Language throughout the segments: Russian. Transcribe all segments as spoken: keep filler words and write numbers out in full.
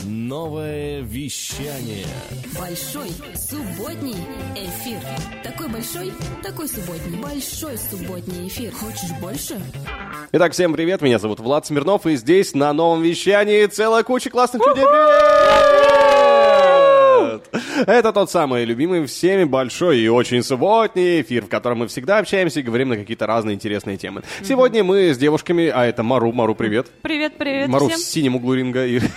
Новое вещание. Большой субботний эфир. Такой большой, такой субботний. Большой субботний эфир. Хочешь больше? Итак, всем привет, меня зовут Влад Смирнов, и здесь на новом вещании целая куча классных людей. Привет! Это тот самый любимый всеми большой и очень субботний эфир, в котором мы всегда общаемся и говорим на какие-то разные интересные темы. Mm-hmm. Сегодня мы с девушками, а это Мару, Мару, привет. Привет, привет Мару всем. в синем углу ринга и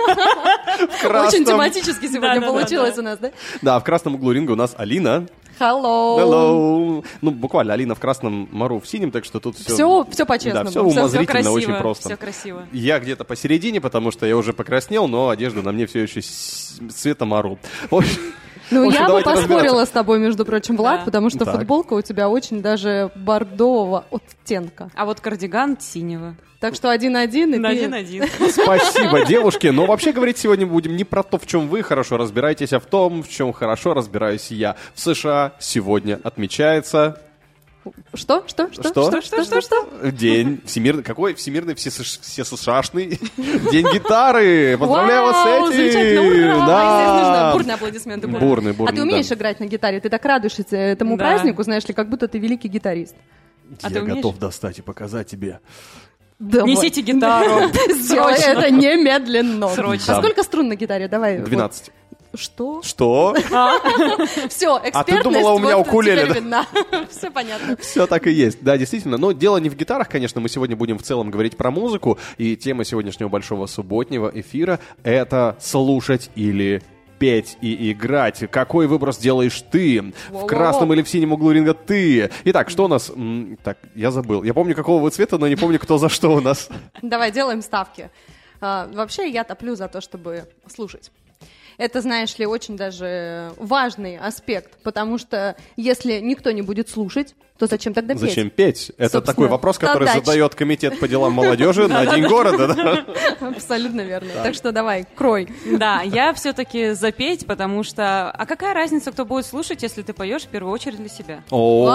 Очень тематически сегодня получилось у нас, да? Да, в красном углу ринга у нас Алина. Hello. Hello. Ну, буквально, Алина в красном, Мару в синем, так что тут все... Все, все по-честному. Да, все умозрительно, все красиво, очень просто. Все красиво. Я где-то посередине, потому что я уже покраснел, но одежда на мне все еще с- цвета Мару. В общем, Ну, в общем, я бы давайте поспорила разбираться. с тобой, между прочим, Влад, Да. потому что Так. футболка у тебя очень даже бордового оттенка. А вот кардиган синего. Так что один-один, и На ты... один-один. Спасибо, девушки. Но вообще говорить сегодня будем не про то, в чем вы хорошо разбираетесь, а в том, в чем хорошо разбираюсь я. В США сегодня отмечается... Что? Что? Что? Что? Что? Что? Что? Что? День всемирный... Какой? Всемирный всесош- всесушашный День гитары. Поздравляю вас Вау, с замечательно, этим. ура! Здесь нужно Да. бурные аплодисменты. бурные. Бурный, бурный, А ты умеешь да. играть на гитаре? Ты так радуешься этому Да. празднику, знаешь ли, как будто ты великий гитарист. А Я ты умеешь? готов достать и показать тебе. Давай. Несите гитару. Сделай Срочно. это немедленно. Срочно. А сколько струн на гитаре? Давай. вот. двенадцать. Что? Что? Все, экспертность. думала, у меня вот укулеле, теперь да? видна. Все понятно. Все так и есть. Да, действительно. Но дело не в гитарах, конечно. Мы сегодня будем в целом говорить про музыку. И тема сегодняшнего большого субботнего эфира — это слушать или петь и играть. Какой выбор сделаешь ты? В Во-во-во. красном или в синем углу ринга ты? Итак, что у нас? М, Так, я забыл. Я помню, какого вы цвета, но не помню, кто за что у нас. Давай, делаем ставки. А, вообще, я топлю за то, чтобы слушать. Это, знаешь ли, очень даже важный аспект, потому что если никто не будет слушать, то зачем тогда петь? Зачем петь? Это Собственно, такой вопрос, который задача. задает комитет по делам молодежи на День города. да? Абсолютно верно. Так что давай, крой. Да, я все-таки запеть, потому что... А какая разница, кто будет слушать, если ты поешь в первую очередь для себя? О,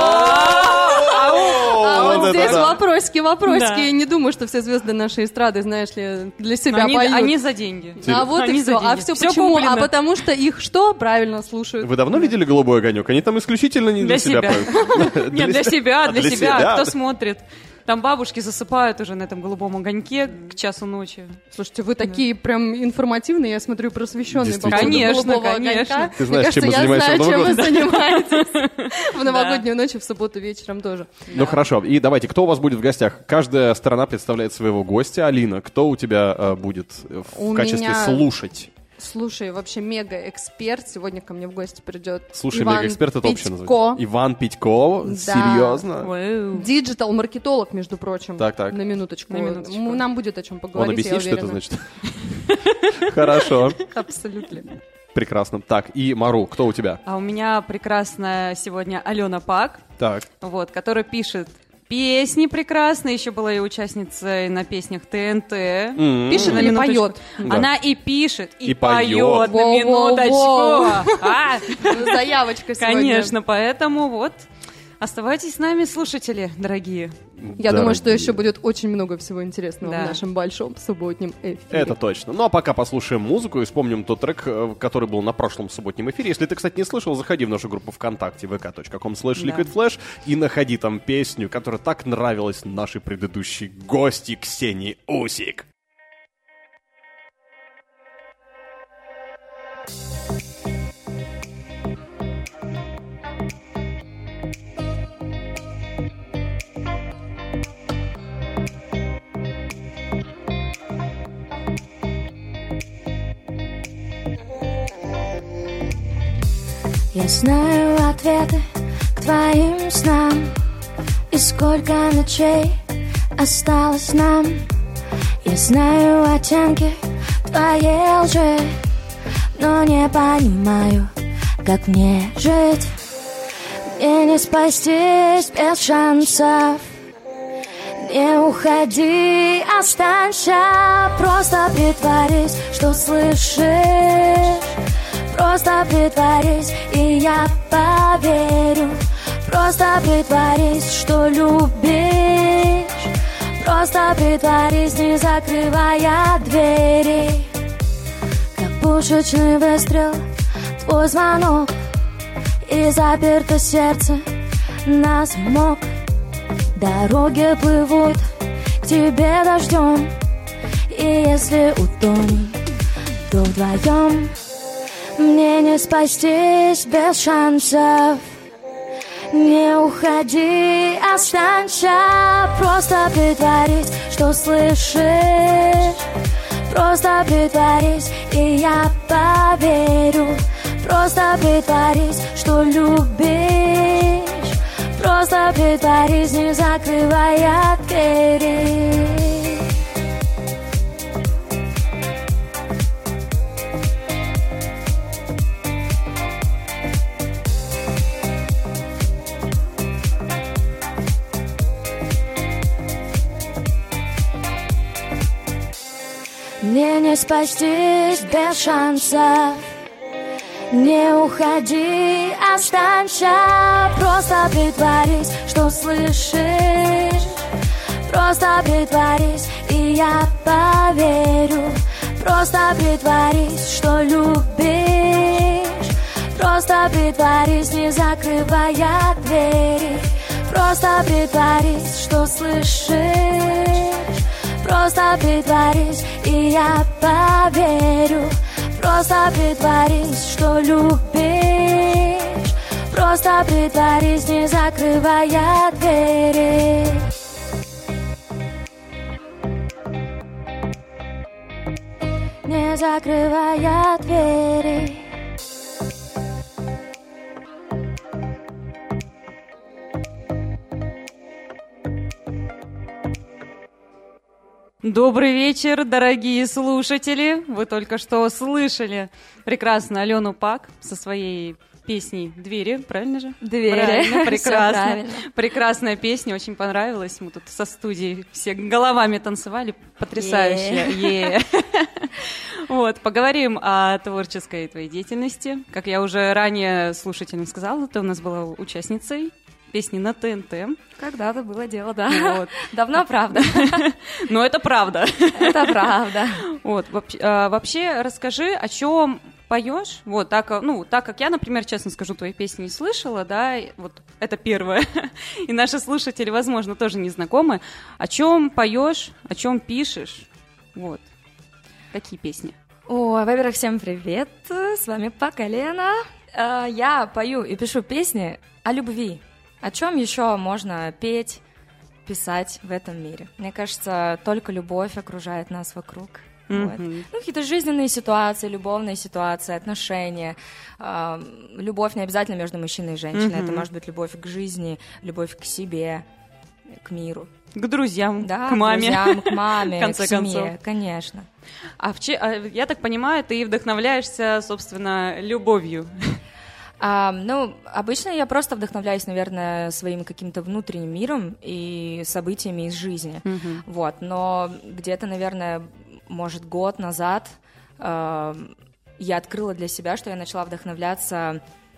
А вот вот это здесь да. вопросики, вопросики. Да. Я не думаю, что все звезды нашей эстрады, знаешь ли, для себя Они, поют. они за деньги. А вот Они и за все. А деньги. все Всё почему? куплено. А потому что их что? Правильно слушают. Вы давно видели «Голубой огонек»? Они там исключительно не для, Для себя. поют. Нет, для себя, А, для себя. Кто да. смотрит? Там бабушки засыпают уже на этом голубом огоньке к часу ночи. Слушайте, вы такие прям информативные, я смотрю, просвещенные по Действительно. поводу Конечно, голубого конечно. огонька. Ты знаешь, Мне чем мы кажется, занимаемся я в знаю, Новый чем год. вы занимаетесь в новогоднюю ночь и в субботу вечером тоже. Ну хорошо, и давайте, кто у вас будет в гостях? Каждая сторона представляет своего гостя. Алина, кто у тебя э, будет в У качестве меня- слушать? Слушай, вообще мега-эксперт сегодня ко мне в гости придет. Слушай, Иван мега-эксперт — это общее Питько. название. Иван Питько? Да. Серьезно? Вау. Диджитал-маркетолог, между прочим. Так, так. На минуточку. На минуточку. М, Нам будет о чем Он поговорить, я объяснит, что это уверена. значит? Хорошо, Абсолютно. прекрасно. Так, и Мару, кто у тебя? А у меня прекрасная сегодня Алена Пак, Так, вот, которая пишет песни прекрасные, еще была и участницей на песнях ТНТ. М-м. Пишет На или минуточку. поет? Да. Она и пишет, и, И поет. поет на Воу-воу-воу. минуточку. А, Заявочка сегодня. Конечно, поэтому вот оставайтесь с нами, слушатели дорогие. Я думаю, что Дорогие. еще будет очень много всего интересного Да. в нашем большом субботнем эфире. Это точно. Ну а пока послушаем музыку и вспомним тот трек, э, который был на прошлом субботнем эфире. Если ты, кстати, не слышал, заходи в нашу группу ВКонтакте вэ ка точка ком слэш Да. ликвид флэш и находи там песню, которая так нравилась нашей предыдущей гости Ксении Усик. Я знаю ответы к твоим снам, и сколько ночей осталось нам. Я знаю оттенки твоей лжи, но не понимаю, как мне жить. Мне не спастись без шансов. Не уходи, останься. Просто притворись, что слышишь. Просто притворись, и я поверю. Просто притворись, что любишь. Просто притворись, не закрывая двери. пушечный выстрел, твой звонок, и заперто сердце на замок. Дороги плывут к тебе дождем, и если утонем, то вдвоем. Мне не спастись без шансов. Не уходи, останься. Просто притворись, что слышишь. Просто притворись, и я поверю. Просто притворись, что любишь. Просто притворись, не закрывая двери. Мне не спастись без шансов. Не уходи, останься. Просто притворись, что слышишь. Просто притворись, и я поверю. Просто притворись, что любишь. Просто притворись, не закрывая двери. Просто притворись, что слышишь. Просто притворись, и я поверю. Просто притворись, что любишь. Просто притворись, не закрывая двери. Не закрывая двери. Добрый вечер, дорогие слушатели. Вы только что слышали прекрасную Алену Пак со своей песней «Двери», правильно же? Двери. Правильно, прекрасно. Правильно. Прекрасная песня, очень понравилась. Мы тут со студией все головами танцевали. Потрясающе. Yeah. Вот, поговорим о творческой твоей деятельности. Как я уже ранее слушателям сказала, ты у нас была участницей песни на ТНТ. Когда-то было дело, да. Вот. Давно, правда. Но это правда. Это правда. Вот, вообще, расскажи, о чем поешь. Вот, так, ну, так как я, например, честно скажу, твои песни не слышала, да, вот это первое. И наши слушатели, возможно, тоже не знакомы. О чем поешь, о чем пишешь? Вот. Какие песни? О, во-первых, всем привет. С вами Пак Алена. Я пою и пишу песни о любви. О чем еще можно петь, писать в этом мире? Мне кажется, только любовь окружает нас вокруг. Mm-hmm. Вот. Ну, какие-то жизненные ситуации, любовные ситуации, отношения. Э, любовь не обязательно между мужчиной и женщиной. Mm-hmm. Это может быть любовь к жизни, любовь к себе, к миру. К друзьям, да, к маме. К друзьям, к маме, в конце к семье, концов. Конечно. А в че... я так понимаю, ты вдохновляешься, собственно, любовью. А, ну, обычно я просто вдохновляюсь, наверное, своим каким-то внутренним миром и событиями из жизни. Mm-hmm. Вот, но где-то, наверное, может, год назад э, я открыла для себя, что я начала вдохновляться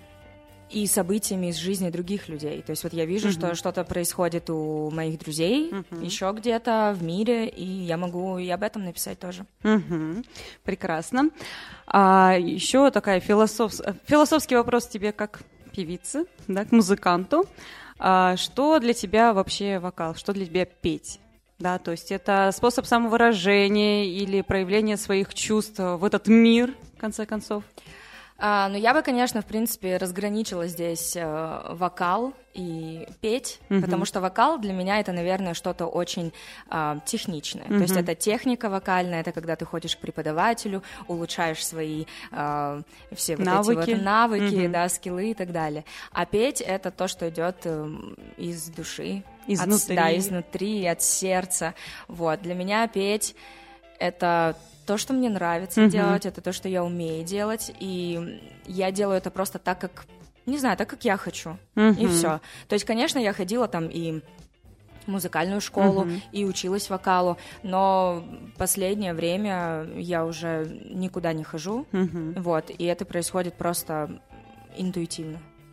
и событиями из жизни других людей. То есть вот я вижу, mm-hmm. что что-то происходит у моих друзей, mm-hmm. еще где-то в мире, и я могу и об этом написать тоже. Mm-hmm. Прекрасно. А еще такая философ... философский вопрос тебе как певице, да, к музыканту. А что для тебя вообще вокал? Что для тебя петь? Да, то есть это способ самовыражения или проявления своих чувств в этот мир, в конце концов? А, ну, я бы, конечно, в принципе, разграничила здесь э, вокал и петь, mm-hmm. потому что вокал для меня это, наверное, что-то очень э, техничное. Mm-hmm. То есть это техника вокальная, это когда ты ходишь к преподавателю, улучшаешь свои э, все вот навыки. эти вот навыки, mm-hmm. да, скиллы и так далее. А петь это то, что идет э, из души, изнутри. От, да, изнутри, от сердца. Вот. Для меня петь это то, что мне нравится uh-huh. делать, это то, что я умею делать, и я делаю это просто так, как, не знаю, так, как я хочу, uh-huh. и все. То есть, конечно, я ходила там и в музыкальную школу, uh-huh. и училась вокалу, но последнее время я уже никуда не хожу, uh-huh. вот, и это происходит просто интуитивно.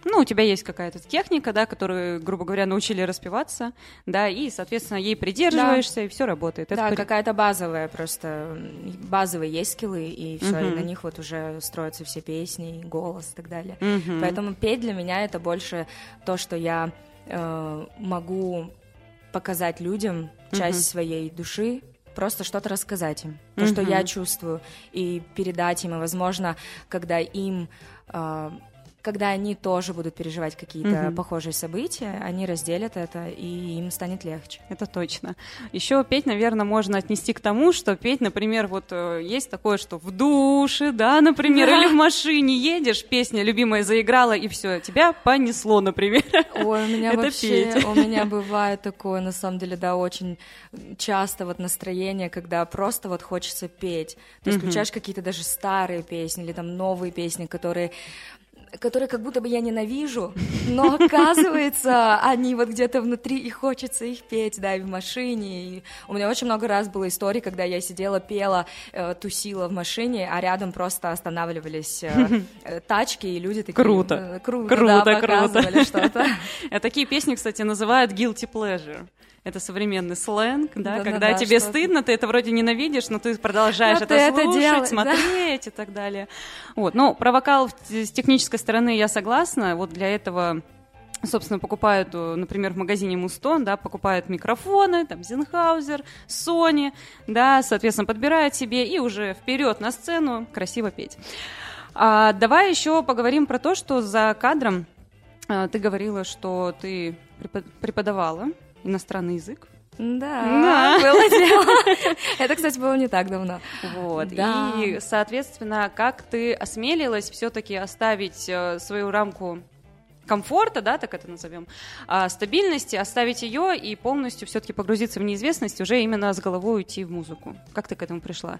ну, у тебя есть какая-то техника, да, которую, грубо говоря, научили распеваться, да, и, соответственно, ей придерживаешься, да. и все работает. Это да, при... какая-то базовая просто, базовые есть скиллы, и все, uh-huh. и на них вот уже строятся все песни, голос и так далее. Uh-huh. Поэтому петь для меня это больше то, что я э, могу показать людям часть uh-huh. своей души, просто что-то рассказать им, то, uh-huh. что я чувствую, и передать им, и, возможно, когда им... Э, когда они тоже будут переживать какие-то mm-hmm. похожие события, они разделят это, и им станет легче. Это точно. Еще петь, наверное, можно отнести к тому, что петь, например, вот есть такое, что в душе, да, например, да. или в машине едешь, песня любимая заиграла, и все, тебя понесло, например. Ой, у меня это вообще, петь. у меня бывает такое, на самом деле, да, очень часто вот настроение, когда просто вот хочется петь. Ты mm-hmm. включаешь какие-то даже старые песни или там новые песни, которые... которые как будто бы я ненавижу, но оказывается, они вот где-то внутри, и хочется их петь, да, и в машине. И у меня очень много раз было историй, когда я сидела, пела, э, тусила в машине, а рядом просто останавливались э, э, тачки, и люди такие... Круто, э, круто, круто, да, показывали круто. что-то. Такие песни, кстати, называют guilty pleasure. Это современный сленг, да, да когда да, тебе что-то. стыдно, ты это вроде ненавидишь, но ты продолжаешь но это ты слушать, это делай, смотреть да? и так далее. Вот. Ну, про вокал с технической стороны я согласна. Вот для этого, собственно, покупают, например, в магазине Мустон, да, покупают микрофоны, там, Sennheiser, Sony, да, соответственно, подбирают себе и уже вперед на сцену красиво петь. А, давай еще поговорим про то, что за кадром а, ты говорила, что ты преподавала иностранный язык. Да, да, было дело. Это, кстати, было не так давно. Вот. Да. И, соответственно, как ты осмелилась все-таки оставить э, свою рамку комфорта, да, так это назовем, а, стабильности, оставить ее и полностью все-таки погрузиться в неизвестность, уже именно с головой уйти в музыку. Как ты к этому пришла?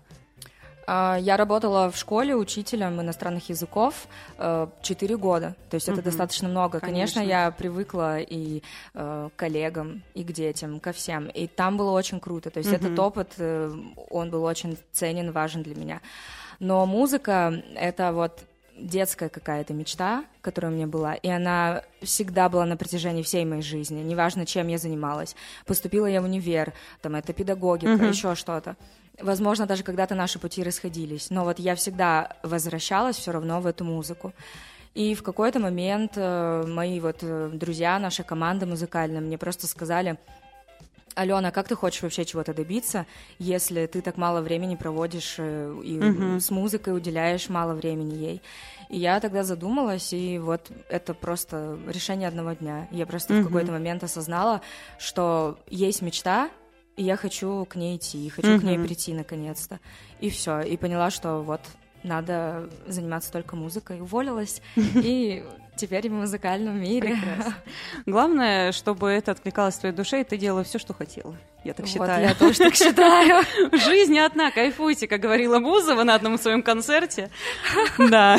Я работала в школе учителем иностранных языков четыре года, то есть это uh-huh. достаточно много. Конечно. Конечно, я привыкла и э, к коллегам, и к детям, ко всем, и там было очень круто, то есть uh-huh. этот опыт, э, он был очень ценен, важен для меня. Но музыка — это вот детская какая-то мечта, которая у меня была, и она всегда была на протяжении всей моей жизни, неважно, чем я занималась. Поступила я в универ, там это педагогика, uh-huh. еще что-то. Возможно, даже когда-то наши пути расходились, но вот я всегда возвращалась все равно в эту музыку. И в какой-то момент э, мои вот э, друзья, наша команда музыкальная, мне просто сказали: Алена, как ты хочешь вообще чего-то добиться, если ты так мало времени проводишь э, и uh-huh. с музыкой уделяешь мало времени ей? И я тогда задумалась, и вот это просто решение одного дня. Я просто uh-huh. в какой-то момент осознала, что есть мечта, и я хочу к ней идти, хочу mm-hmm. к ней прийти наконец-то. И все. И поняла, что вот надо заниматься только музыкой. Уволилась, и теперь в музыкальном мире. Прекрасно. Главное, чтобы это откликалось в твоей душе, и ты делала все, что хотела. Я так вот, считаю. Я тоже так считаю. Жизнь одна, кайфуйте, как говорила Бузова на одном своем концерте. Да.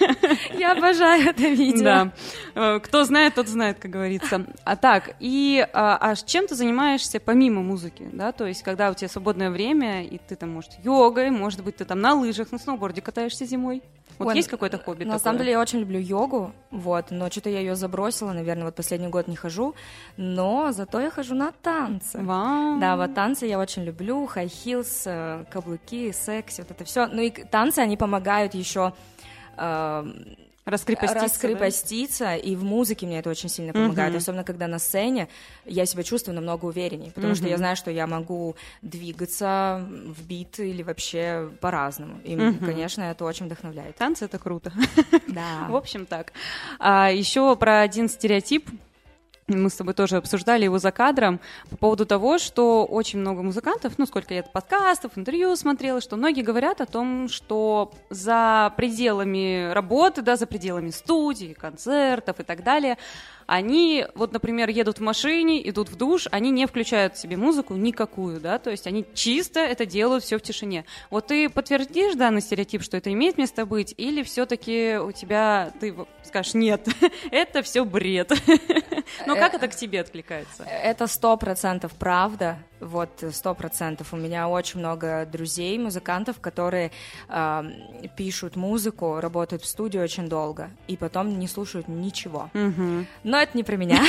Я обожаю это видео. Да. Кто знает, тот знает, как говорится. А так, и а, а чем ты занимаешься помимо музыки, да? То есть, когда у тебя свободное время, и ты там, может, йогой, может быть, ты там на лыжах, на сноуборде катаешься зимой. Вот Ой, есть какое-то хобби на такое? самом деле я очень люблю йогу, вот, но что-то я ее забросила, наверное, вот последний год не хожу, но зато я хожу на танцы. Вау. Да, вот танцы я очень люблю, хай-хилс, каблуки, секси, вот это все. Ну и танцы, они помогают еще э, раскрепоститься, раскрепоститься да? И в музыке мне это очень сильно помогает, uh-huh. особенно когда на сцене я себя чувствую намного увереннее, потому uh-huh. что я знаю, что я могу двигаться в бит или вообще по-разному, и, uh-huh. конечно, это очень вдохновляет. Танцы — это круто. Да. В общем, так. А еще про один стереотип. Мы с тобой тоже обсуждали его за кадром по поводу того, что очень много музыкантов, ну, сколько я подкастов, интервью смотрела, что многие говорят о том, что за пределами работы, да, за пределами студий, концертов и так далее, они, вот, например, едут в машине, идут в душ, они не включают себе музыку никакую, да, то есть они чисто это делают все в тишине. Вот ты подтвердишь данный стереотип, что это имеет место быть, или все-таки у тебя, ты скажешь, нет, это все бред? Ну, как это к тебе откликается? Это сто процентов правда. Вот, сто процентов. У меня очень много друзей, музыкантов, которые э, пишут музыку, работают в студии очень долго, и потом не слушают ничего. Mm-hmm. Но это не про меня.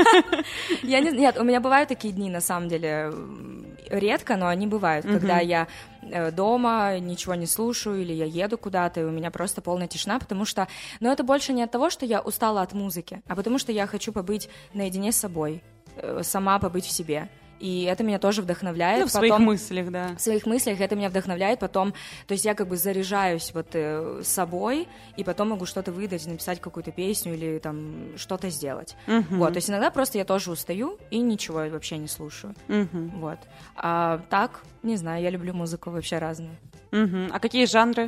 Я не, нет, у меня бывают такие дни, на самом деле, редко, но они бывают, mm-hmm. когда я э, дома ничего не слушаю, или я еду куда-то, и у меня просто полная тишина, потому что, но это больше не от того, что я устала от музыки, а потому что я хочу побыть наедине с собой, э, сама побыть в себе. И это меня тоже вдохновляет. Ну, в потом, своих мыслях, да. В своих мыслях это меня вдохновляет потом. То есть я как бы заряжаюсь вот э, собой, и потом могу что-то выдать, написать какую-то песню или там что-то сделать. Uh-huh. Вот, то есть иногда просто я тоже устаю и ничего вообще не слушаю. Uh-huh. Вот. А так, не знаю, я люблю музыку вообще разную. Uh-huh. А какие жанры?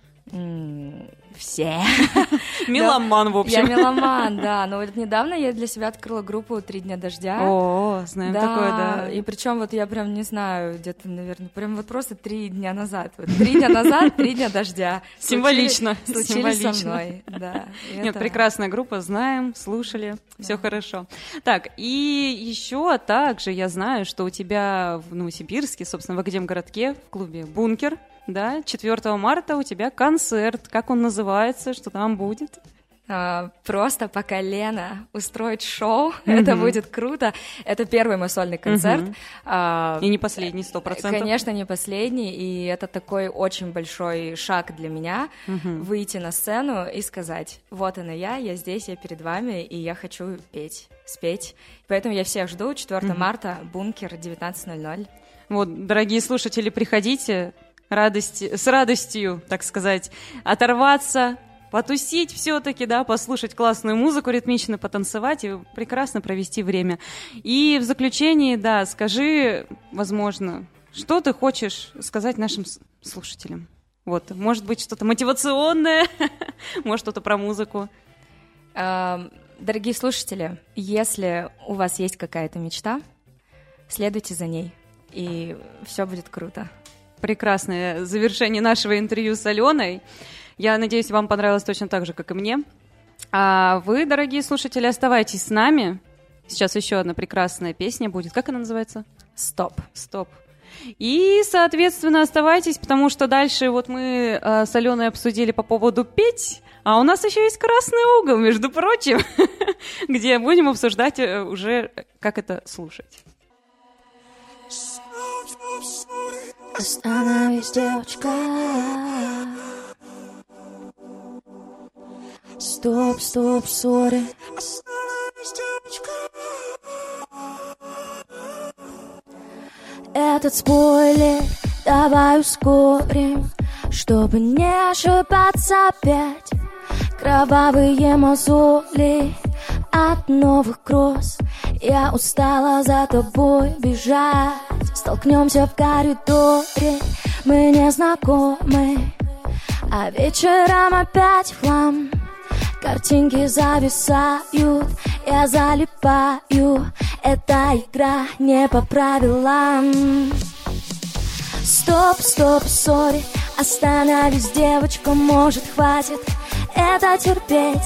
Mm, все. Меломан, в общем. Я меломан, да. Но вот недавно я для себя открыла группу «Три дня дождя». О, знаем такое, да. И причем вот я прям не знаю, где-то, наверное, прям вот просто три дня назад. Вот три дня назад, три дня дождя. Символично. Случились со мной, да. Нет, прекрасная группа, знаем, слушали, все хорошо. Так, и еще также я знаю, что у тебя в Новосибирске, собственно, в Академгородке, в клубе «Бункер», да, четвёртого марта у тебя концерт. Как он называется? Что там будет? А, просто пока Лена устроит шоу, mm-hmm. это будет круто. Это первый мой сольный концерт. Mm-hmm. А, и не последний, сто процентов. Конечно, не последний. И это такой очень большой шаг для меня. Mm-hmm. Выйти на сцену и сказать: вот она я, я здесь, я перед вами, и я хочу петь, спеть. Поэтому я всех жду. четвёртого марта, Бункер, девятнадцать ноль ноль. Вот, дорогие слушатели, приходите. Радости, с радостью, так сказать, оторваться, потусить все-таки, да, послушать классную музыку, ритмично потанцевать и прекрасно провести время. И в заключении, да, скажи, возможно, что ты хочешь сказать нашим слушателям? Вот, может быть, что-то мотивационное, может, что-то про музыку. Дорогие слушатели, если у вас есть какая-то мечта, следуйте за ней, и все будет круто. Прекрасное завершение нашего интервью с Аленой. Я надеюсь, вам понравилось точно так же, как и мне. А вы, дорогие слушатели, оставайтесь с нами. Сейчас еще одна прекрасная песня будет. Как она называется? «Стоп». «Стоп». И, соответственно, оставайтесь, потому что дальше вот мы а, с Аленой обсудили по поводу петь, а у нас еще есть красный угол, между прочим, где будем обсуждать уже, как это слушать. Остановись, девочка. Стоп, стоп, сори. Остановись, девочка. Этот спойлер давай ускорим, чтобы не ошибаться опять. Кровавые мозоли от новых гроз. Я устала за тобой бежать. Столкнемся в коридоре, мы не знакомы, а вечером опять в хлам. Картинки зависают, я залипаю. Эта игра не по правилам. Стоп, стоп, сори. Остановись, девочка, может, хватит это терпеть.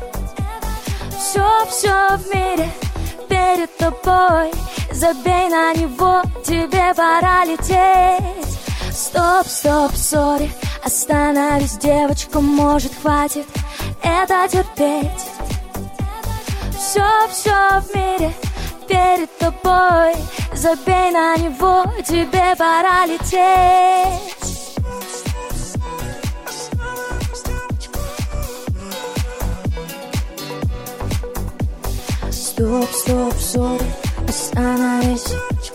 Все, все в мире перед тобой. Забей на него, тебе пора лететь. Стоп, стоп, сори. Остановись, девочка, может, хватит это терпеть. Все, все в мире перед тобой. Забей на него, тебе пора лететь. Стоп, стоп, сори. Остановись.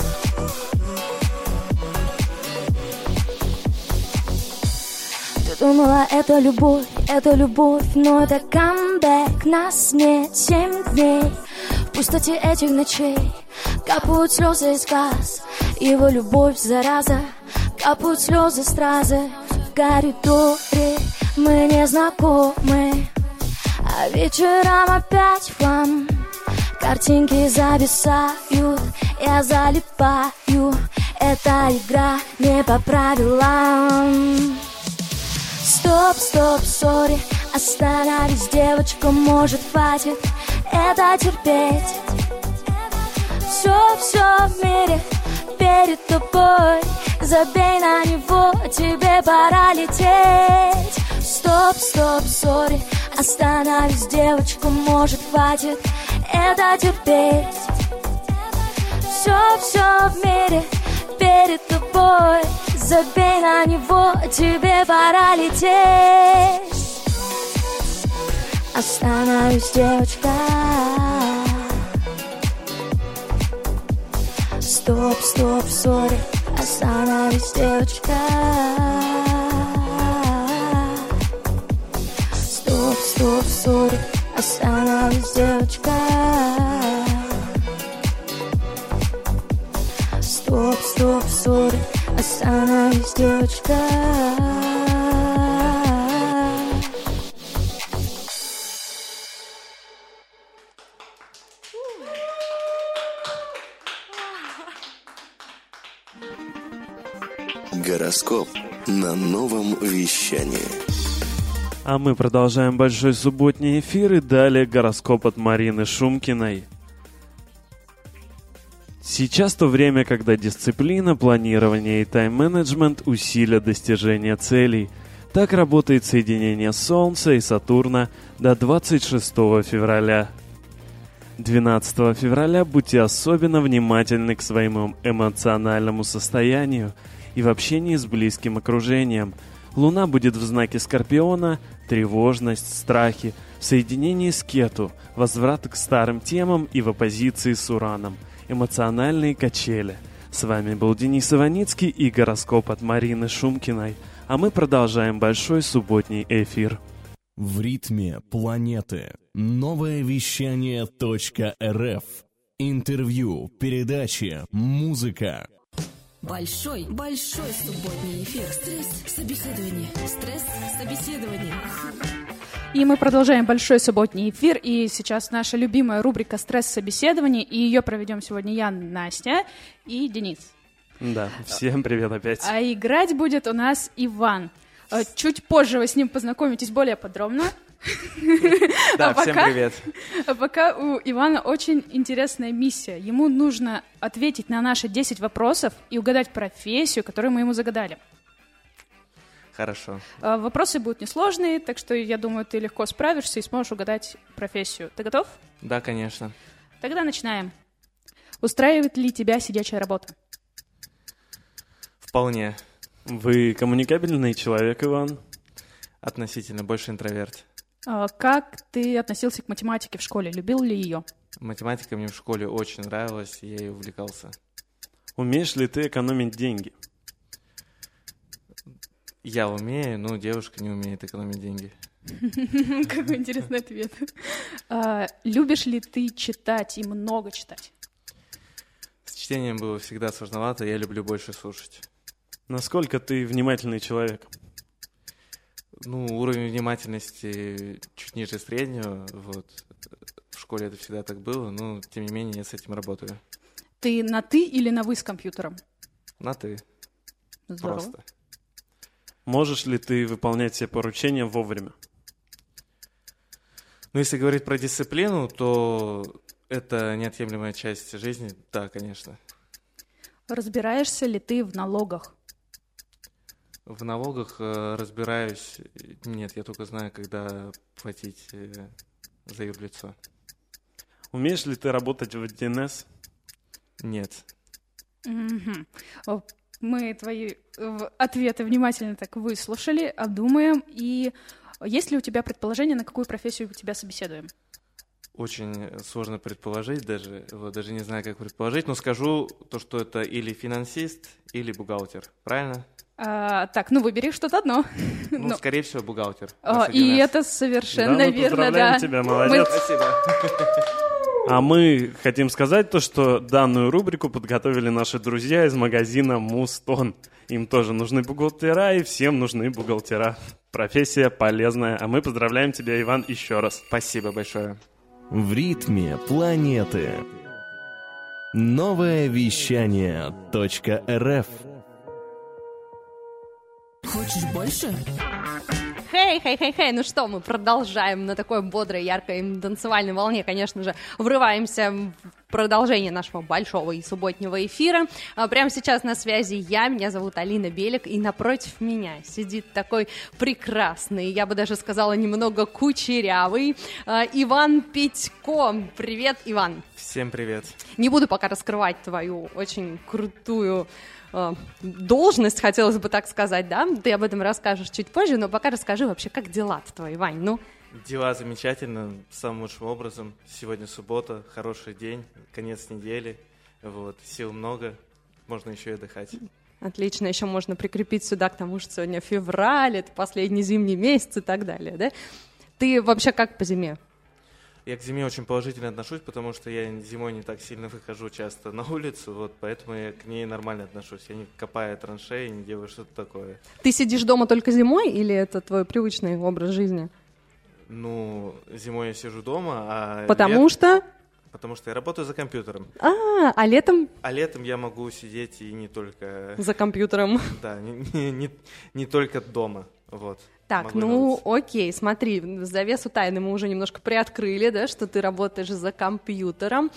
Ты думала, это любовь, это любовь, но это камбэк. Нас нет семь дней. В пустоте этих ночей капают слезы из глаз. Его любовь зараза. Капают слезы стразы. В коридоре мы не знакомы, а вечером опять в хлам. Картинки зависают, я залипаю. Эта игра не по правилам. Стоп, стоп, сори. Остановись, девочка, может, хватит это терпеть. Все, все в мире перед тобой. Забей на него, тебе пора лететь. Стоп, стоп, сори, остановись, девочку, может, хватит это терпеть. Все, все в мире перед тобой. Забей на него, тебе пора лететь. Остановись, девочка. Стоп, стоп, сори, остановись, девочка. Стоп, стоп, сори, остановись, девочка. Стоп, стоп, сори, остановись, девочка. Гороскоп на новом вещании. А мы продолжаем большой субботний эфир, и далее гороскоп от Марины Шумкиной. Сейчас то время, когда дисциплина, планирование и тайм-менеджмент усилят достижение целей. Так работает соединение Солнца и Сатурна до двадцать шестого февраля. двенадцатого февраля будьте особенно внимательны к своему эмоциональному состоянию и в общении с близким окружением. Луна будет в знаке Скорпиона, тревожность, страхи, в соединении с Кету, возврат к старым темам и в оппозиции с Ураном, эмоциональные качели. С вами был Денис Иваницкий и гороскоп от Марины Шумкиной, а мы продолжаем большой субботний эфир. В ритме планеты. Новое вещание .рф. Интервью, передачи, музыка. Большой, большой субботний эфир. Стресс, собеседование. Стресс, собеседование. И мы продолжаем большой субботний эфир. И сейчас наша любимая рубрика «Стресс, собеседование». И ее проведем сегодня я, Настя и Денис. Да, всем привет опять. А играть будет у нас Иван. Чуть позже вы с ним познакомитесь более подробно. Да, а всем пока, привет. А пока у Ивана очень интересная миссия. Ему нужно ответить на наши десять вопросов и угадать профессию, которую мы ему загадали. Хорошо. А, вопросы будут несложные, так что я думаю, ты легко справишься и сможешь угадать профессию. Ты готов? Да, конечно. Тогда начинаем. Устраивает ли тебя сидячая работа? Вполне. Вы коммуникабельный человек, Иван? Относительно, больше интроверт. А, как ты относился к математике в школе? Любил ли ее? Математика мне в школе очень нравилась, и я ей увлекался. Умеешь ли ты экономить деньги? Я умею, но девушка не умеет экономить деньги. Какой интересный ответ. А, любишь ли ты читать и много читать? С чтением было всегда сложновато, я люблю больше слушать. Насколько ты внимательный человек? Ну, уровень внимательности чуть ниже среднего, вот. В школе это всегда так было, но, тем не менее, я с этим работаю. Ты на «ты» или на «вы» с компьютером? На «ты». Здорово. Просто. Можешь ли ты выполнять все поручения вовремя? Ну, если говорить про дисциплину, то это неотъемлемая часть жизни, да, конечно. Разбираешься ли ты в налогах? В налогах э, разбираюсь. Нет, я только знаю, когда платить э, за юрлицо. Умеешь ли ты работать в ди эн эс? Нет. Угу. Мы твои ответы внимательно так выслушали, обдумаем. И есть ли у тебя предположение, на какую профессию тебя собеседуем? Очень сложно предположить даже. Вот, даже не знаю, как предположить, но скажу то, что это или финансист, или бухгалтер. Правильно? А, так, ну выбери что-то одно. Ну, Но... скорее всего, бухгалтер. О, и это совершенно да, мы верно, поздравляем да. тебя, молодец. Мы... Спасибо. А мы хотим сказать то, что данную рубрику подготовили наши друзья из магазина Мустон. Им тоже нужны бухгалтера, и всем нужны бухгалтера. Профессия полезная, а мы поздравляем тебя, Иван, еще раз. Спасибо большое. В ритме планеты. Новое вещание .рф. Хочешь больше? Хей, хей, хей, хей, ну что, мы продолжаем на такой бодрой, яркой танцевальной волне, конечно же, врываемся в продолжение нашего большого и субботнего эфира. А, прямо сейчас на связи я, меня зовут Алина Белик, и напротив меня сидит такой прекрасный, я бы даже сказала, немного кучерявый а, Иван Петько. Привет, Иван. Всем привет. Не буду пока раскрывать твою очень крутую э, должность, хотелось бы так сказать, да? Ты об этом расскажешь чуть позже, но пока расскажи вообще, как дела-то твои, Вань, ну? Дела замечательно, самым лучшим образом. Сегодня суббота, хороший день, конец недели, вот, сил много, можно еще и отдыхать. Отлично, еще можно прикрепить сюда к тому, что сегодня февраль, это последний зимний месяц и так далее, да? Ты вообще как по зиме? Я к зиме очень положительно отношусь, потому что я зимой не так сильно выхожу часто на улицу, вот, поэтому я к ней нормально отношусь. Я не копаю траншеи, не делаю что-то такое. Ты сидишь дома только зимой или это твой привычный образ жизни? Ну, зимой я сижу дома, а Потому лет... что? Потому что я работаю за компьютером. А, а летом? А летом я могу сидеть и не только... За компьютером. Да, не, не, не, не только дома, вот. Так, ну окей, смотри, завесу тайны мы уже немножко приоткрыли, да, что ты работаешь за компьютером.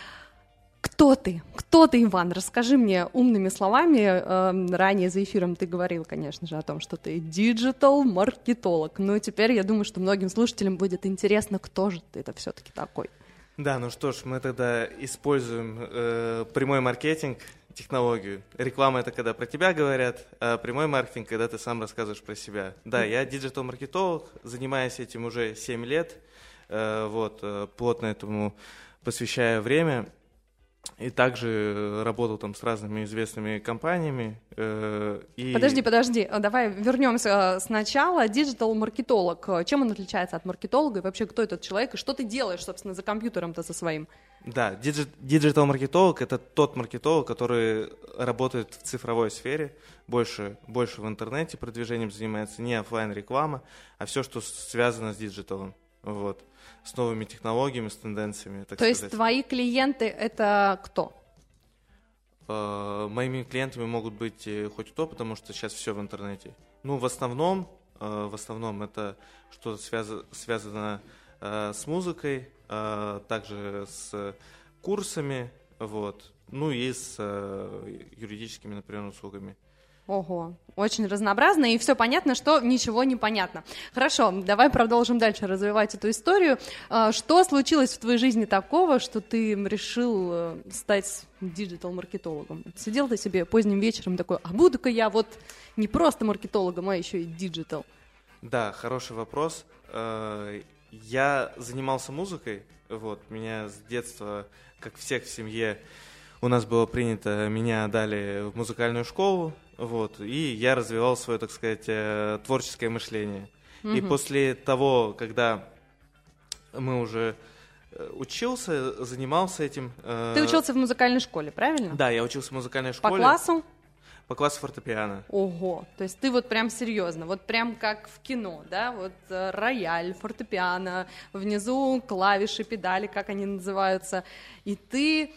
Кто ты? Кто ты, Иван? Расскажи мне умными словами. Э, ранее за эфиром ты говорил, конечно же, о том, что ты диджитал-маркетолог. Но теперь я думаю, что многим слушателям будет интересно, кто же ты это все-таки такой. Да, ну что ж, мы тогда используем э, прямой маркетинг, технологию. Реклама — это когда про тебя говорят, а прямой маркетинг — когда ты сам рассказываешь про себя. Да, я диджитал-маркетолог, занимаюсь этим уже семь лет, э, вот, э, плотно этому посвящаю время. И также работал там с разными известными компаниями. Э, и... Подожди, подожди, давай вернемся сначала. Диджитал-маркетолог, чем он отличается от маркетолога? И вообще, кто этот человек? И что ты делаешь, собственно, за компьютером-то со своим? Да, диджитал-маркетолог — это тот маркетолог, который работает в цифровой сфере, больше, больше в интернете продвижением занимается, не офлайн-реклама, а все, что связано с диджиталом. Вот. С новыми технологиями, с тенденциями, так То сказать. есть твои клиенты — это кто? Э, моими клиентами могут быть хоть кто, потому что сейчас все в интернете. Ну, в основном, э, в основном это что-то связано, связано э, с музыкой, э, также с курсами, вот. Ну и с э, юридическими, например, услугами. Ого, очень разнообразно, и все понятно, что ничего не понятно. Хорошо, давай продолжим дальше развивать эту историю. Что случилось в твоей жизни такого, что ты решил стать диджитал-маркетологом? Сидел ты себе поздним вечером такой, а буду-ка я вот не просто маркетологом, а еще и диджитал? Да, хороший вопрос. Я занимался музыкой, вот, меня с детства, как всех в семье, у нас было принято, меня дали в музыкальную школу, вот, и я развивал свое, так сказать, творческое мышление. Mm-hmm. И после того, когда мы уже учился, занимался этим... Ты учился в музыкальной школе, правильно? Да, я учился в музыкальной школе. По классу? По классу фортепиано. Ого, то есть ты вот прям серьезно, вот прям как в кино, да, вот рояль, фортепиано, внизу клавиши, педали, как они называются, и ты...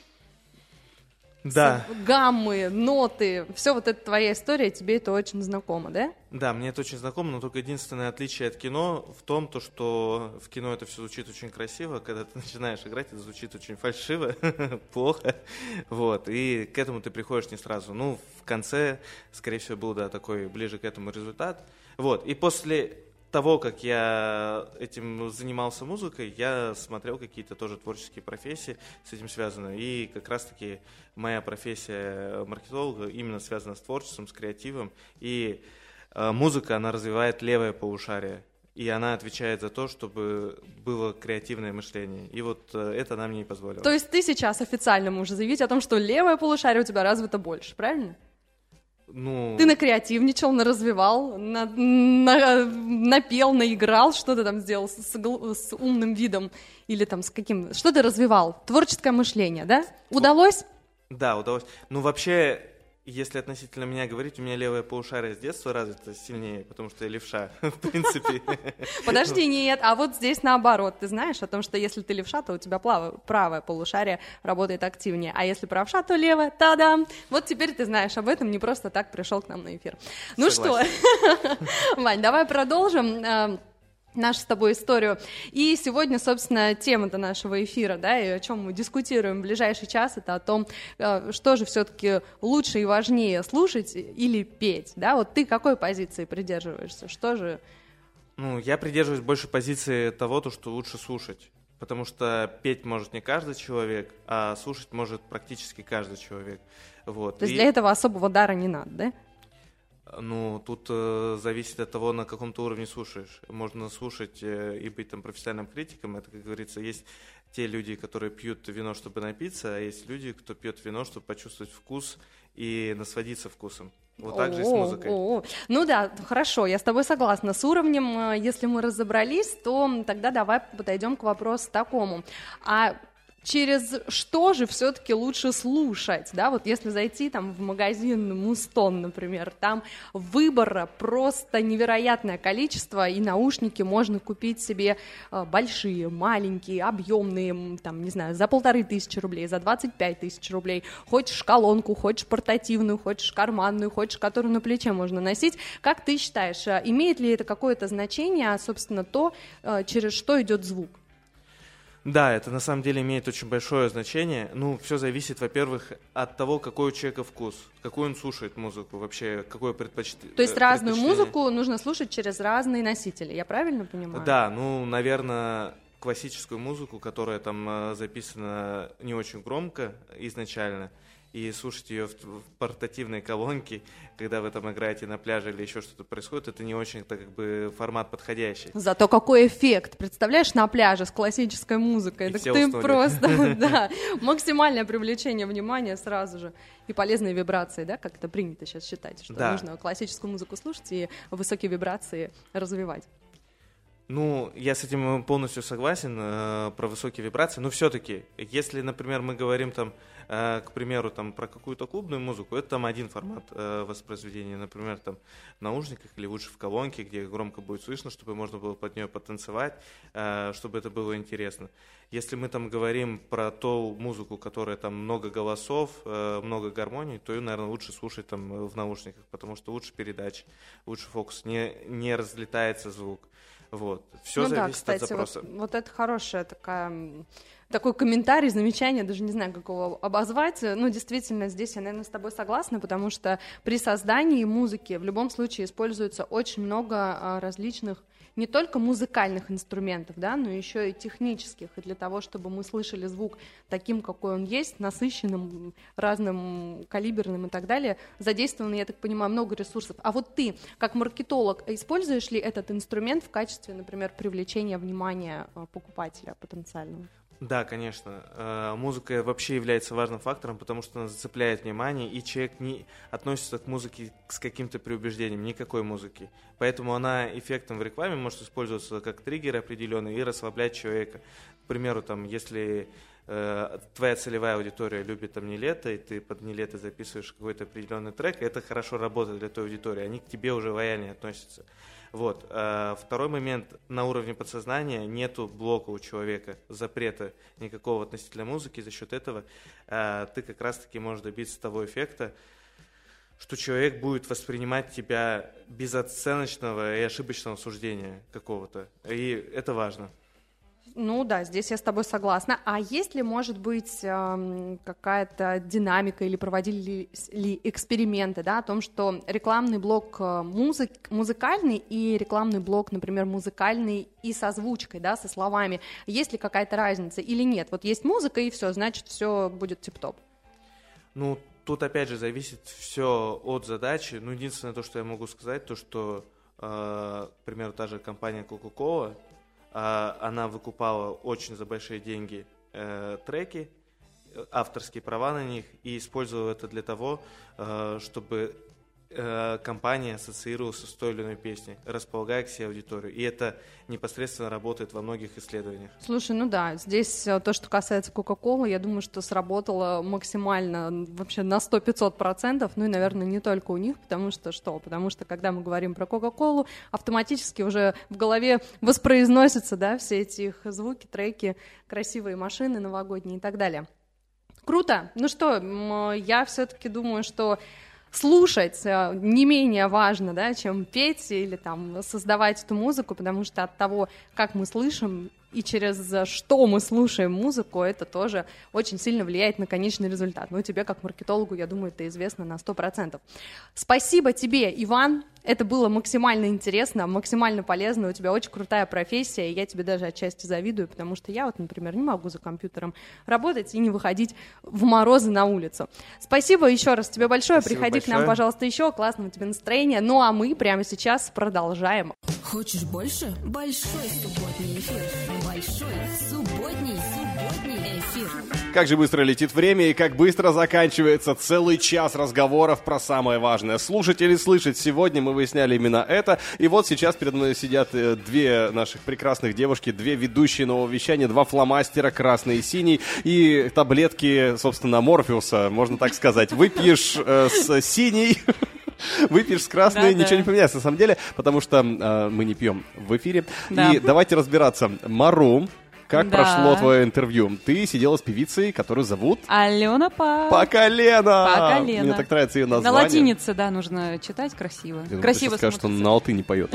Да. Гаммы, ноты, все вот это твоя история, тебе это очень знакомо, да? Да, мне это очень знакомо, но только единственное отличие от кино в том, то, что в кино это все звучит очень красиво, когда ты начинаешь играть, это звучит очень фальшиво, плохо, вот, и к этому ты приходишь не сразу. Ну, в конце, скорее всего, был, да, такой ближе к этому результат, вот, и после того, как я этим занимался музыкой, я смотрел какие-то тоже творческие профессии с этим связаны. И как раз-таки моя профессия маркетолога именно связана с творчеством, с креативом. И э, музыка, она развивает левое полушарие. И она отвечает за то, чтобы было креативное мышление. И вот э, это нам не позволило. То есть ты сейчас официально можешь заявить о том, что левое полушарие у тебя развито больше, правильно? Ну... Ты накреативничал, наразвивал, на, на, напел, наиграл, что ты там сделал с, с умным видом или там с каким... Что ты развивал? Творческое мышление, да? Удалось? Да, удалось. Ну, вообще, если относительно меня говорить, у меня левое полушарие с детства развито сильнее, потому что я левша, в принципе. Подожди, нет, а вот здесь наоборот. Ты знаешь о том, что если ты левша, то у тебя правое полушарие работает активнее, а если правша, то левое, та-дам! Вот теперь ты знаешь об этом, не просто так пришел к нам на эфир. Ну что, Вань, давай продолжим. нашу с тобой историю. И сегодня, собственно, тема-то нашего эфира, да, и о чем мы дискутируем в ближайший час, это о том, что же все-таки лучше и важнее, слушать или петь, да, вот ты какой позиции придерживаешься, что же... Ну, я придерживаюсь больше позиции того, то, что лучше слушать, потому что петь может не каждый человек, а слушать может практически каждый человек, вот. То есть и... для этого особого дара не надо, да? Ну, тут э, зависит от того, на каком ты уровне слушаешь. Можно слушать э, и быть там профессиональным критиком. Это, как говорится, есть те люди, которые пьют вино, чтобы напиться, а есть люди, кто пьет вино, чтобы почувствовать вкус и насладиться вкусом. Вот так же и с музыкой. О-о-о. Ну да, хорошо, я с тобой согласна. С уровнем, если мы разобрались, то тогда давай подойдем к вопросу такому. А через что же все-таки лучше слушать, да, вот если зайти там в магазин Мустон, например, там выбора просто невероятное количество, и наушники можно купить себе большие, маленькие, объемные, там, не знаю, за полторы тысячи рублей, за двадцать пять тысяч рублей, хочешь колонку, хочешь портативную, хочешь карманную, хочешь, которую на плече можно носить, как ты считаешь, имеет ли это какое-то значение, собственно, то, через что идет звук? Да, это на самом деле имеет очень большое значение. Ну, все зависит, во-первых, от того, какой у человека вкус, какой он слушает музыку, вообще, какое предпочтение. То есть разную музыку нужно слушать через разные носители, я правильно понимаю? Да, ну, наверное, классическую музыку, которая там записана не очень громко изначально, и слушать ее в, в портативной колонке, когда вы там играете на пляже или еще что-то происходит, это не очень, так как бы, формат подходящий. Зато какой эффект, представляешь, на пляже с классической музыкой, так ты просто, да, максимальное привлечение внимания сразу же, и полезные вибрации, да, как это принято сейчас считать, что нужно классическую музыку слушать и высокие вибрации развивать. Ну, я с этим полностью согласен, э, про высокие вибрации, но все-таки, если, например, мы говорим там, э, к примеру, там, про какую-то клубную музыку, это там один формат э, воспроизведения, например, там, в наушниках или лучше в колонке, где громко будет слышно, чтобы можно было под нее потанцевать, э, чтобы это было интересно. Если мы там говорим про ту музыку, которая там много голосов, э, много гармоний, то ее, наверное, лучше слушать там в наушниках, потому что лучше передача, лучше фокус, не, не разлетается звук. Вот. Все ну зависит да, кстати, от запроса. Вот, вот это хорошая такая, такой комментарий, замечание, даже не знаю, как его обозвать. Ну, действительно, здесь я, наверное, с тобой согласна, потому что при создании музыки в любом случае используется очень много различных не только музыкальных инструментов, да, но еще и технических, и для того, чтобы мы слышали звук таким, какой он есть, насыщенным, разным, калиберным и так далее, задействовано, я так понимаю, много ресурсов. А вот ты, как маркетолог, используешь ли этот инструмент в качестве, например, привлечения внимания покупателя потенциального? Да, конечно. Музыка вообще является важным фактором, потому что она зацепляет внимание, и человек не относится к музыке с каким-то преубеждением, никакой музыки. Поэтому она эффектом в рекламе может использоваться как триггер определенный и расслаблять человека. К примеру, там, если э, твоя целевая аудитория любит там Нилетто, и ты под Нилетто записываешь какой-то определенный трек, это хорошо работает для той аудитории, они к тебе уже лояльнее относятся. Вот. А второй момент, на уровне подсознания нету блока у человека, запрета никакого относительно музыки, за счет этого а, ты как раз-таки можешь добиться того эффекта, что человек будет воспринимать тебя без оценочного и ошибочного суждения какого-то, и это важно. Ну да, здесь я с тобой согласна. А есть ли, может быть, какая-то динамика или проводили ли эксперименты, да, о том, что рекламный блок музык, музыкальный и рекламный блок, например, музыкальный и с озвучкой, да, со словами, есть ли какая-то разница или нет? Вот есть музыка и все, значит, все будет тип-топ. Ну, тут опять же зависит все от задачи. Ну, единственное, то, что я могу сказать, то, что, э, к примеру, та же компания Coca-Cola, она выкупала очень за большие деньги э, треки, авторские права на них, и использовала это для того, э, чтобы э, компания ассоциировалась с той или иной песней, располагая к себе аудиторию. И это непосредственно работает во многих исследованиях. Слушай, ну да, здесь то, что касается Coca-Cola, я думаю, что сработало максимально, вообще на сто-пятьсот процентов, ну и, наверное, не только у них, потому что что? Потому что, когда мы говорим про Coca-Cola, автоматически уже в голове воспроизносятся, да, все эти их звуки, треки, красивые машины новогодние и так далее. Круто. Ну что, я все-таки думаю, что слушать э, не менее важно, да, чем петь или там создавать эту музыку, потому что от того, как мы слышим и через что мы слушаем музыку, это тоже очень сильно влияет на конечный результат. Ну, тебе, как маркетологу, я думаю, это известно на сто процентов. Спасибо тебе, Иван. Это было максимально интересно, максимально полезно. У тебя очень крутая профессия, и я тебе даже отчасти завидую, потому что я вот, например, не могу за компьютером работать и не выходить в морозы на улицу. Спасибо еще раз тебе большое. Спасибо Приходи большое. к нам, пожалуйста, еще. Классного тебе настроения. Ну, а мы прямо сейчас продолжаем. Хочешь больше? Большой субботний эфир. Большой субботний, субботний эфир. Как же быстро летит время и как быстро заканчивается целый час разговоров про самое важное. Слушать или слышать. Сегодня мы выясняли именно это. И вот сейчас перед мной сидят э, две наших прекрасных девушки, две ведущие нового вещания, два фломастера, красный и синий, и таблетки, собственно, Морфеуса, можно так сказать. Выпьешь э, с синей... Выпьешь с красной, Да, ничего да. не поменяется, на самом деле, потому что э, мы не пьем в эфире. Да. И давайте разбираться. Мару, как Да. прошло твое интервью? Ты сидела с певицей, которую зовут Алена Па. Поколена. По колено. Мне так нравится ее На название. латинице, да, нужно читать красиво. Я думаю, Красиво ты сейчас скажешь, что смотрится. на алты не поет.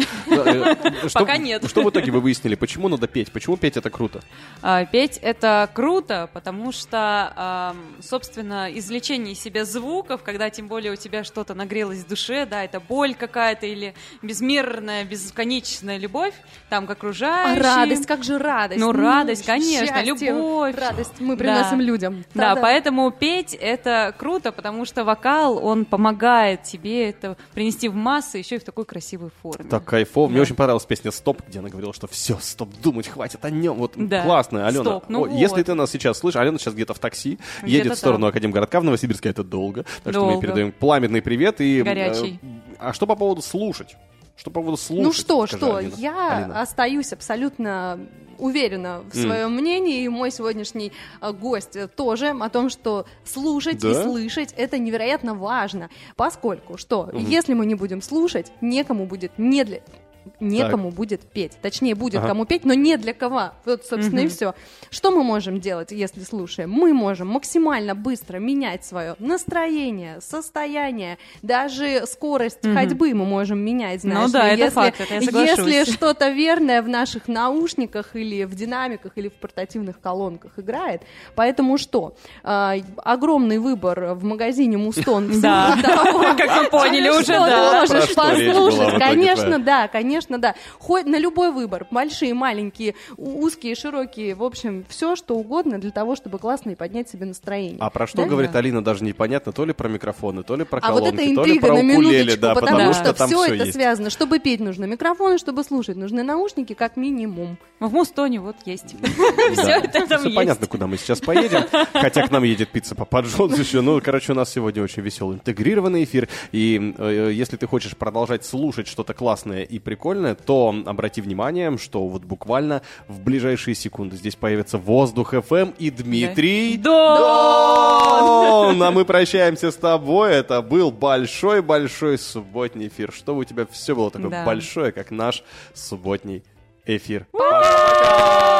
Э, что- Пока нет. Что в итоге вы выяснили? Почему надо петь? Почему петь это круто? А, Петь это круто, потому что, ам, собственно, извлечение из себя звуков, когда тем более у тебя что-то нагрелось в душе, да, это боль какая-то или безмерная, бесконечная любовь, там, к А окружающим. радость, как же радость. Ну, радость, конечно, счастье, любовь. Радость мы приносим Да. людям. Да, Да-да. поэтому петь это круто, потому что вокал, он помогает тебе это принести в массы еще и в такой красивой форме. Так кайфово. Мне Да. очень понравилась песня «Стоп», где она говорила, что все, стоп, думать хватит о нем. Вот Да. классная, Алена. Стоп, ну О, Если вот. ты нас сейчас слышишь, Алена сейчас где-то в такси, Где-то едет в сторону там. Академгородка в Новосибирске, это долго. Так что мы Долго. передаем пламенный привет. И, э, Горячий. А что по поводу слушать? Что по поводу слушать? Ну что, Скажи, что, Алина. я Алина. остаюсь абсолютно уверена в М. своем мнении, и мой сегодняшний э, гость э, тоже, о том, что слушать Да? и слышать — это невероятно важно, поскольку, что, Мгм. если мы не будем слушать, некому будет не для... Некому будет петь. Точнее, будет Ага. кому петь, но не для кого. Вот, собственно, и Мгм. все. Что мы можем делать, если слушаем? Мы можем максимально быстро менять свое настроение, состояние, даже скорость Мгм. ходьбы мы можем менять. Ну Знаешь да, ли. это если, факт, это я соглашусь. если что-то верное в наших наушниках или в динамиках или в портативных колонках играет. Поэтому что? А, огромный выбор в магазине Мустон. Да. всего того, Как мы поняли что уже, ты да. можешь Про что речь была в послушать. итоге Конечно, твоя? да, конечно, да. Хоть на любой выбор. Большие, маленькие, у- узкие, широкие. В общем, все, что угодно для того, чтобы классно и поднять себе настроение. А про что Да? говорит Алина, даже непонятно. То ли про микрофоны, то ли про А вот колонки, это то ли интрига про на укулеле, минуточку, да, потому, потому что, что там все все это есть. связано. Чтобы петь, нужны микрофоны, чтобы слушать, нужны наушники, как минимум. В Мустоне вот есть. Да. Все это там Всё есть. понятно, куда мы сейчас поедем. Хотя к нам едет пицца Папа Джонс еще. Ну, короче, у нас сегодня очень веселый интегрированный эфир. И э, если ты хочешь продолжать слушать что-то классное и прикольное, то обрати внимание, что вот буквально в ближайшие секунды здесь появится Воздух эф эм и Дмитрий. Дон! А мы прощаемся с тобой. Это был большой-большой субботний эфир. Чтобы у тебя все было такое Да. большое, как наш субботний эфир. Пока!